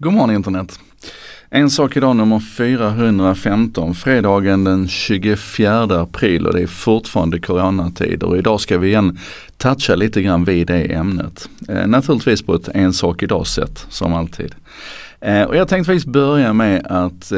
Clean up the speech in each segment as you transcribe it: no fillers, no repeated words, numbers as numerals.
God morgon internet. En sak idag nummer 415, fredagen den 24 april och det är fortfarande coronatider och idag ska vi igen toucha lite grann vid det ämnet. Naturligtvis på ett en sak idag sätt som alltid. Och jag tänkte faktiskt börja med att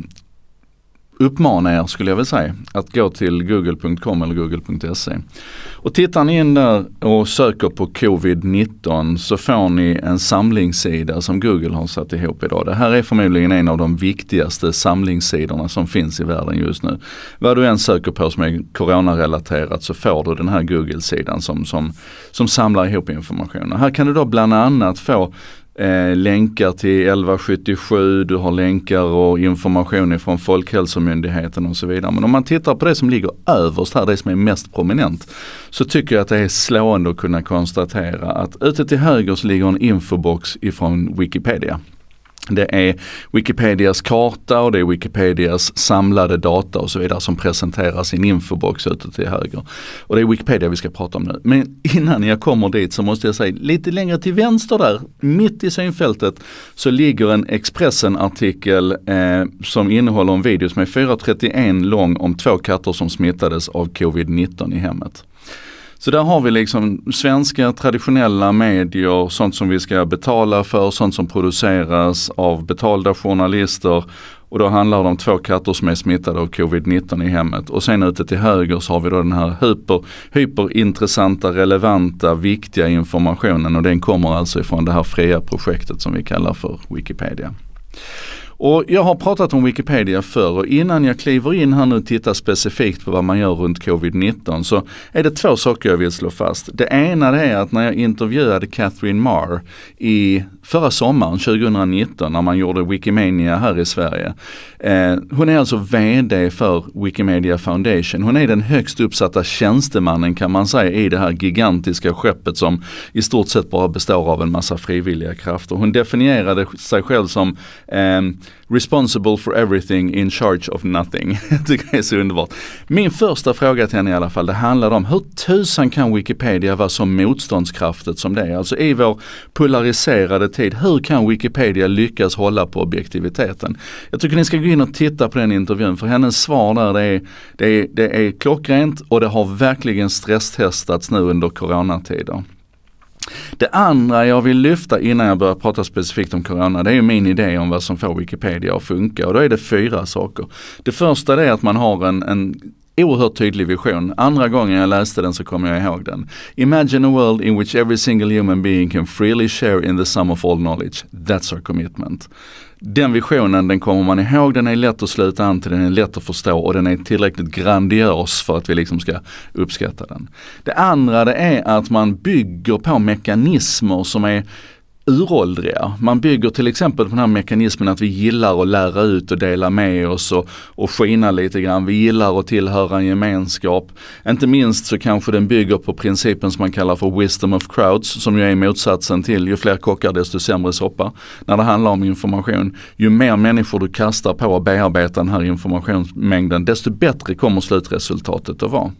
uppmana er, skulle jag väl säga, att gå till google.com eller google.se. Och tittar ni in där och söker på covid-19 så får ni en samlingssida som Google har satt ihop idag. Det här är förmodligen en av de viktigaste samlingssidorna som finns i världen just nu. Vad du än söker på som är coronarelaterat så får du den här Google-sidan som samlar ihop information. Och här kan du då bland annat få länkar till 1177, du har länkar och information från Folkhälsomyndigheten och så vidare. Men om man tittar på det som ligger överst här, det som är mest prominent, så tycker jag att det är slående att kunna konstatera att ute till höger så ligger en infobox ifrån Wikipedia. Det är Wikipedias karta och det är Wikipedias samlade data och så vidare som presenteras i en infobox ute till höger. Och det är Wikipedia vi ska prata om nu. Men innan jag kommer dit så måste jag säga, lite längre till vänster där, mitt i synfältet, så ligger en Expressen-artikel som innehåller en video som är 4:31 lång om 2 katter som smittades av covid-19 i hemmet. Så där har vi liksom svenska traditionella medier, sånt som vi ska betala för, sånt som produceras av betalda journalister, och då handlar det om 2 katter som är smittade av covid-19 i hemmet. Och sen ute till höger så har vi då den här hyperintressanta, relevanta, viktiga informationen, och den kommer alltså ifrån det här fria projektet som vi kallar för Wikipedia. Och jag har pratat om Wikipedia förr, och innan jag kliver in här nu och tittar specifikt på vad man gör runt covid-19 så är det 2 saker jag vill slå fast. Det ena är att när jag intervjuade Catherine Marr i förra sommaren 2019 när man gjorde Wikimania här i Sverige. Hon är alltså vd för Wikimedia Foundation. Hon är den högst uppsatta tjänstemannen, kan man säga, i det här gigantiska skeppet som i stort sett bara består av en massa frivilliga krafter. Hon definierade sig själv som responsible for everything, in charge of nothing. Jag tycker det är så underbart. Min första fråga till henne i alla fall, det handlar om hur tusan kan Wikipedia vara så motståndskraftigt som det är? Alltså i vår polariserade tid, hur kan Wikipedia lyckas hålla på objektiviteten? Jag tycker ni ska gå in och titta på den intervjun, för hennes svar där det är klockrent och det har verkligen stresstestats nu under coronatider. Det andra jag vill lyfta innan jag börjar prata specifikt om corona, det är ju min idé om vad som får Wikipedia att funka, och då är det 4 saker. Det första är att man har en oerhört tydlig vision. Andra gången jag läste den så kommer jag ihåg den. Imagine a world in which every single human being can freely share in the sum of all knowledge. That's our commitment. Den visionen, den kommer man ihåg, den är lätt att sluta an till, den är lätt att förstå och den är tillräckligt grandios för att vi liksom ska uppskatta den. Det andra det är att man bygger på mekanismer som är uråldriga. Man bygger till exempel på den här mekanismen att vi gillar att lära ut och dela med oss och skina lite grann. Vi gillar att tillhöra en gemenskap. Inte minst så kanske den bygger på principen som man kallar för wisdom of crowds, som ju är motsatsen till ju fler kockar desto sämre soppa. När det handlar om information, ju mer människor du kastar på att bearbeta den här informationsmängden, desto bättre kommer slutresultatet att vara.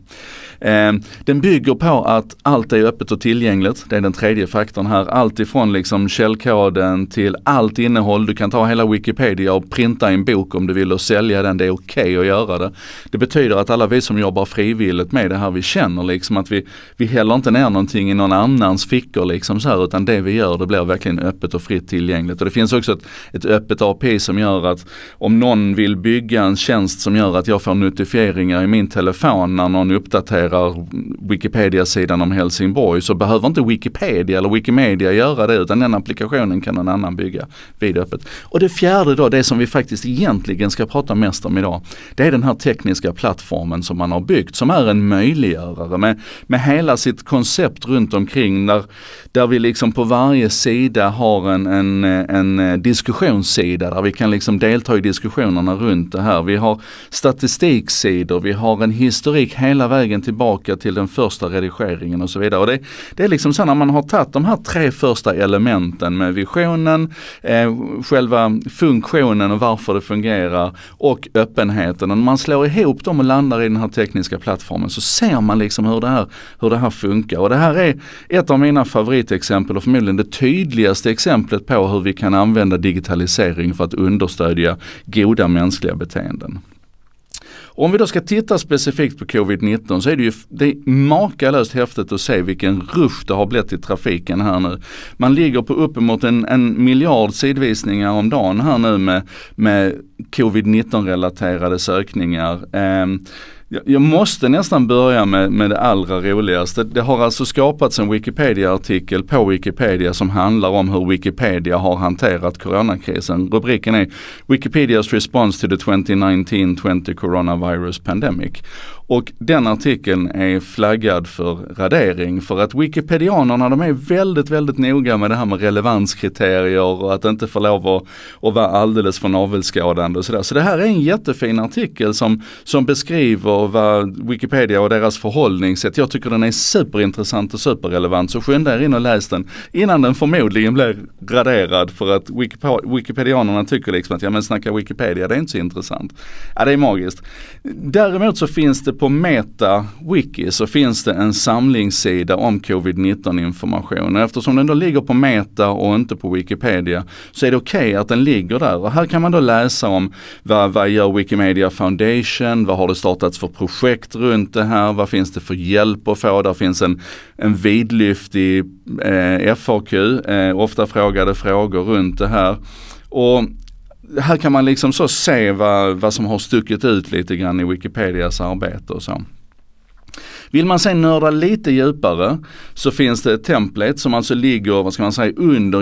Den bygger på att allt är öppet och tillgängligt. Det är den tredje faktorn här. Allt ifrån liksom källkoden till allt innehåll. Du kan ta hela Wikipedia och printa en bok om du vill och sälja den. Det är okej att göra det. Det betyder att alla vi som jobbar frivilligt med det här, vi känner liksom att vi häller inte ner någonting i någon annans fickor liksom så här, utan det vi gör, det blir verkligen öppet och fritt tillgängligt. Och det finns också ett öppet API som gör att om någon vill bygga en tjänst som gör att jag får notifieringar i min telefon när någon uppdaterar Wikipedia-sidan om Helsingborg, så behöver inte Wikipedia eller Wikimedia göra det, utan den applikationen kan någon annan bygga vidöppet. Och det fjärde då, det som vi faktiskt egentligen ska prata mest om idag, det är den här tekniska plattformen som man har byggt, som är en möjliggörare med hela sitt koncept runt omkring, där vi liksom på varje sida har en diskussionssida där vi kan liksom delta i diskussionerna runt det här. Vi har statistiksidor, vi har en historik hela vägen till tillbaka till den första redigeringen och så vidare. Och det är liksom så när man har tagit de här 3 första elementen med visionen, själva funktionen och varför det fungerar och öppenheten. Och när man slår ihop dem och landar i den här tekniska plattformen så ser man liksom hur det här funkar. Och det här är ett av mina favoritexempel och förmodligen det tydligaste exemplet på hur vi kan använda digitalisering för att understödja goda mänskliga beteenden. Om vi då ska titta specifikt på covid-19 så är det är makalöst häftigt att se vilken rush det har blivit i trafiken här nu. Man ligger på uppemot en miljard sidvisningar om dagen här nu med covid-19-relaterade sökningar. Jag måste nästan börja med det allra roligaste. Det har alltså skapats en Wikipedia-artikel på Wikipedia som handlar om hur Wikipedia har hanterat coronakrisen. Rubriken är Wikipedia's response to the 2019-20 coronavirus pandemic. Och den artikeln är flaggad för radering för att Wikipedianerna de är väldigt, väldigt noga med det här med relevanskriterier och att inte få lov att vara alldeles för navelskådande och sådär. Så det här är en jättefin artikel som beskriver vad Wikipedia och deras förhållningssätt. Jag tycker den är superintressant och superrelevant, så skynda er in och läs den innan den förmodligen blir raderad för att Wikipedianerna tycker liksom att ja men snacka Wikipedia, det är inte så intressant. Ja, det är magiskt. Däremot så finns det på Meta-wiki så finns det en samlingssida om covid-19 information. Eftersom den då ligger på Meta och inte på Wikipedia så är det okej att den ligger där. Och här kan man då läsa om vad gör Wikimedia Foundation, vad har det startats för projekt runt det här, vad finns det för hjälp att få. Där finns en vidlyftig FAQ, ofta frågade frågor runt det här. Och här kan man liksom så se vad som har stuckit ut lite grann i Wikipedias arbete och så. Vill man sen nörda lite djupare så finns det ett template som alltså ligger, vad ska man säga, under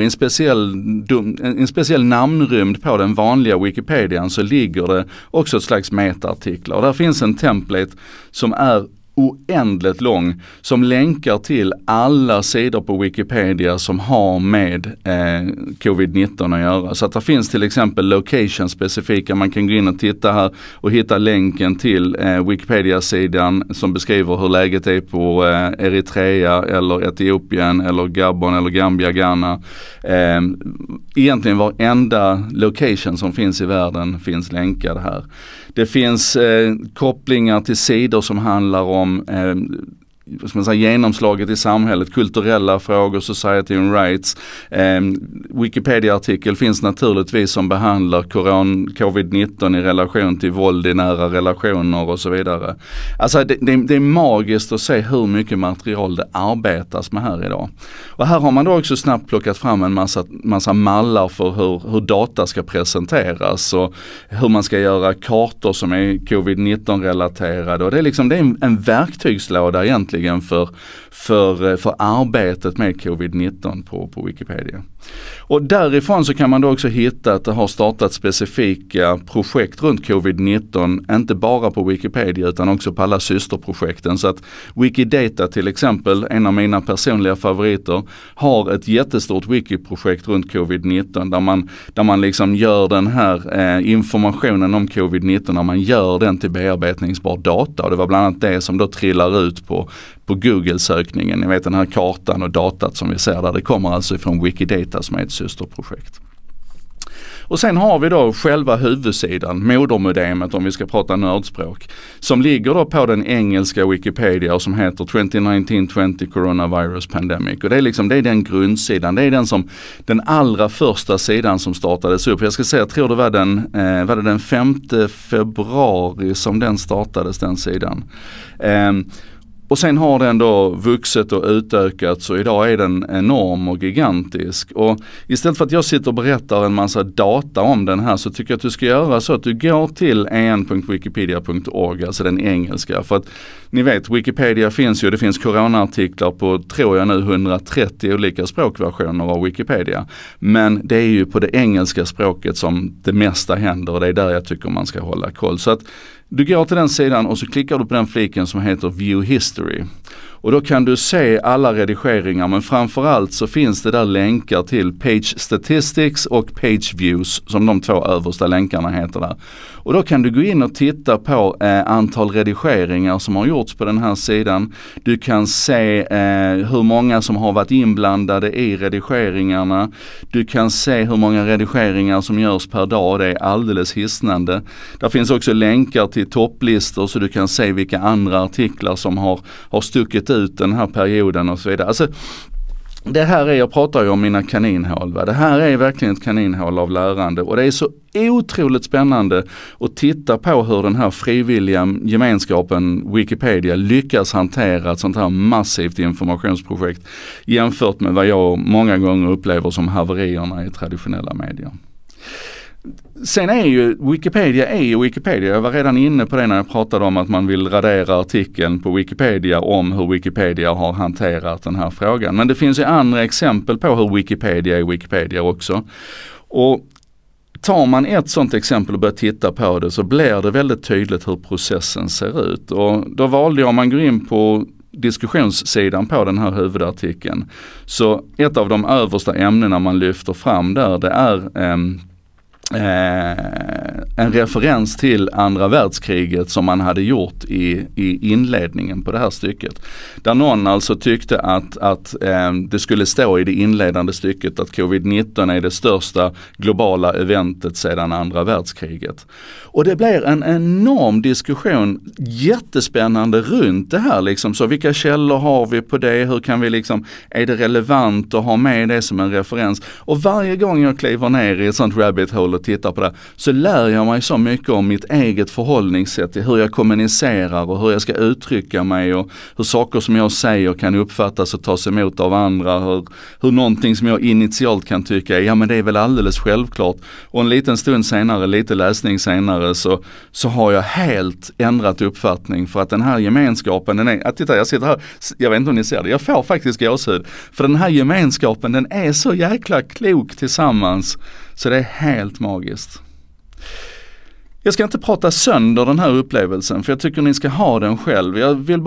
en speciell namnrymd på den vanliga Wikipedian så ligger det också ett slags metaartiklar. Och där finns en template som är oändligt lång som länkar till alla sidor på Wikipedia som har med covid-19 att göra. Så att det finns till exempel location specifika, man kan gå in och titta här och hitta länken till Wikipedia-sidan som beskriver hur läget är på Eritrea eller Etiopien eller Gabon eller Gambia, Ghana. Egentligen varenda location som finns i världen finns länkad här. Det finns kopplingar till sidor som handlar om vad ska man säga, genomslaget i samhället, kulturella frågor, society and rights. Wikipedia-artikel finns naturligtvis som behandlar covid-19 i relation till våld i nära relationer och så vidare. Alltså det är magiskt att se hur mycket material det arbetas med här idag. Och här har man då också snabbt plockat fram en massa mallar för hur data ska presenteras och hur man ska göra kartor som är covid-19-relaterade. Och det är en verktygslåda egentligen för arbetet med covid-19 på Wikipedia. Och därifrån så kan man då också hitta att det har startat specifika projekt runt covid-19, inte bara på Wikipedia utan också på alla systerprojekten. Så att Wikidata till exempel, en av mina personliga favoriter, har ett jättestort wiki-projekt runt covid-19 där man liksom gör den här informationen om covid-19, när man gör den till bearbetningsbar data. Och det var bland annat det som då trillar ut på Google-sökningen. Ni vet den här kartan och datat som vi ser där, det kommer alltså ifrån Wikidata som är ett systerprojekt. Och sen har vi då själva huvudsidan, modermodemet om vi ska prata nördspråk, som ligger då på den engelska Wikipedia och som heter 2019-20 coronavirus pandemic. Och det är den grundsidan, det är den allra första sidan som startades upp. Jag ska säga, jag tror det var den 5 februari som den startades, den sidan. Och sen har den då vuxit och utökats och idag är den enorm och gigantisk. Och istället för att jag sitter och berättar en massa data om den här så tycker jag att du ska göra så att du går till en.wikipedia.org, alltså den engelska. För att ni vet, Wikipedia finns ju, det finns coronaartiklar på, tror jag nu, 130 olika språkversioner av Wikipedia. Men det är ju på det engelska språket som det mesta händer och det är där jag tycker man ska hålla koll. Så att du går till den sidan och så klickar du på den fliken som heter View History. Och då kan du se alla redigeringar, men framförallt så finns det där länkar till Page Statistics och Page Views som de 2 översta länkarna heter där. Och då kan du gå in och titta på antal redigeringar som har gjorts på den här sidan. Du kan se hur många som har varit inblandade i redigeringarna. Du kan se hur många redigeringar som görs per dag. Det är alldeles hisnande. Där finns också länkar till topplistor så du kan se vilka andra artiklar som har stuckit ut den här perioden och så vidare. Alltså, det här jag pratar ju om mina kaninhål. Va? Det här är verkligen ett kaninhål av lärande och det är så otroligt spännande att titta på hur den här frivilliga gemenskapen Wikipedia lyckas hantera ett sånt här massivt informationsprojekt jämfört med vad jag många gånger upplever som haverierna i traditionella medier. Sen är ju Wikipedia. Jag var redan inne på det när jag pratade om att man vill radera artikeln på Wikipedia om hur Wikipedia har hanterat den här frågan. Men det finns ju andra exempel på hur Wikipedia är Wikipedia också. Och tar man ett sånt exempel och börjar titta på det så blir det väldigt tydligt hur processen ser ut. Och då valde jag, om man går in på diskussionssidan på den här huvudartikeln, så ett av de översta ämnena man lyfter fram där, det är en referens till andra världskriget som man hade gjort i inledningen på det här stycket. Där någon alltså tyckte att det skulle stå i det inledande stycket att covid-19 är det största globala eventet sedan andra världskriget. Och det blir en enorm diskussion, jättespännande runt det här liksom. Så vilka källor har vi på det? Hur kan vi liksom, är det relevant att ha med det som en referens? Och varje gång jag kliver ner i ett sånt rabbit hole och tittar på det, så lär jag mig så mycket om mitt eget förhållningssätt till hur jag kommunicerar och hur jag ska uttrycka mig och hur saker som jag säger kan uppfattas och tas emot av andra. Hur någonting som jag initialt kan tycka, ja men det är väl alldeles självklart. Och en liten stund senare, lite läsning senare, så har jag helt ändrat uppfattning, för att den här gemenskapen, den är, titta jag sitter här, jag vet inte om ni ser det, jag får faktiskt gåshud. För den här gemenskapen, den är så jäkla klok tillsammans. Så det är helt magiskt. Jag ska inte prata sönder den här upplevelsen, för jag tycker ni ska ha den själv.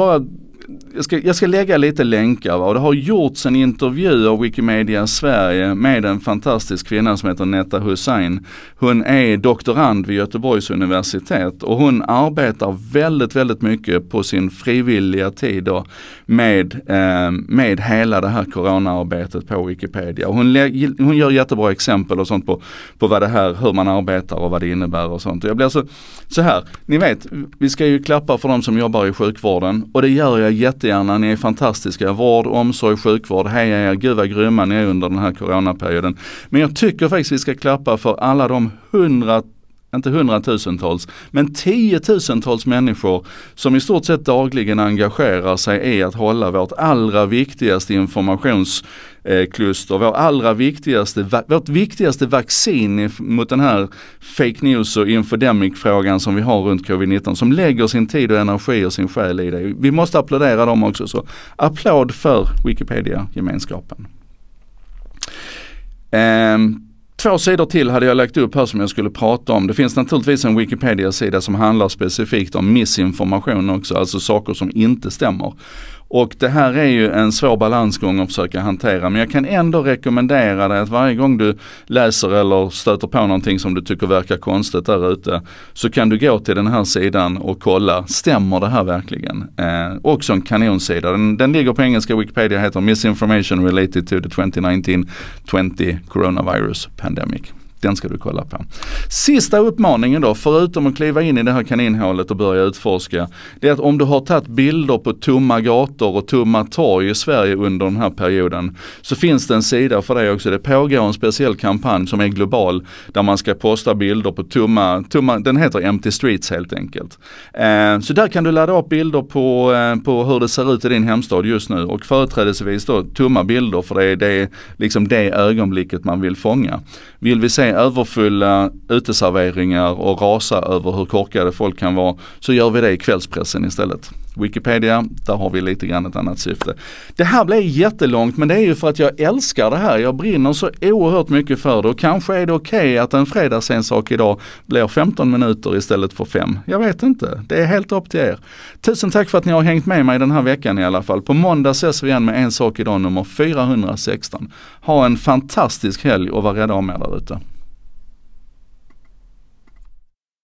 Jag ska lägga lite länkar. Och det har gjorts en intervju av Wikimedia Sverige med en fantastisk kvinna som heter Netta Hussein. Hon är doktorand vid Göteborgs universitet och hon arbetar väldigt, väldigt mycket på sin frivilliga tid då med hela det här coronaarbetet på Wikipedia. Och hon gör jättebra exempel och sånt på vad det här, hur man arbetar och vad det innebär och sånt. Och jag blir så här, ni vet, vi ska ju klappa för de som jobbar i sjukvården, och det gör jag jättegärna. Ni är fantastiska. Vård, omsorg, sjukvård. Hej er, gud vad grymma ni är under den här coronaperioden. Men jag tycker faktiskt vi ska klappa för alla de inte hundratusentals, men 10-tusentals människor som i stort sett dagligen engagerar sig i att hålla vårt allra viktigaste informationskluster, vårt viktigaste vaccin mot den här fake news och infodemic-frågan som vi har runt covid-19, som lägger sin tid och energi och sin själ i det. Vi måste applådera dem också, så applåd för Wikipedia-gemenskapen. 2 sidor till hade jag lagt upp här som jag skulle prata om. Det finns naturligtvis en Wikipedia-sida som handlar specifikt om missinformation också, alltså saker som inte stämmer. Och det här är ju en svår balansgång att försöka hantera, men jag kan ändå rekommendera dig att varje gång du läser eller stöter på någonting som du tycker verkar konstigt där ute, så kan du gå till den här sidan och kolla, stämmer det här verkligen? Också en kanonsida. Den ligger på engelska. Wikipedia heter Misinformation Related to the 2019-20 Coronavirus Pandemic. Den ska du kolla på. Sista uppmaningen då, förutom att kliva in i det här kaninhålet och börja utforska, det är att om du har tagit bilder på tomma gator och tomma torg i Sverige under den här perioden, så finns det en sida för det också. Det pågår en speciell kampanj som är global, där man ska posta bilder på tomma, den heter Empty Streets helt enkelt. Så där kan du ladda upp bilder på hur det ser ut i din hemstad just nu, och företrädesvis då tomma bilder, för det är liksom det ögonblicket man vill fånga. Vill vi se överfulla uteserveringar och rasa över hur korkade folk kan vara, så gör vi det i kvällspressen istället. Wikipedia, där har vi lite grann ett annat syfte. Det här blir jättelångt, men det är ju för att jag älskar det här. Jag brinner så oerhört mycket för det och kanske är det okej att en fredagsensak idag blir 15 minuter istället för 5. Jag vet inte. Det är helt upp till er. Tusen tack för att ni har hängt med mig den här veckan i alla fall. På måndag ses vi igen med En sak idag nummer 416. Ha en fantastisk helg och var rädda om er där ute.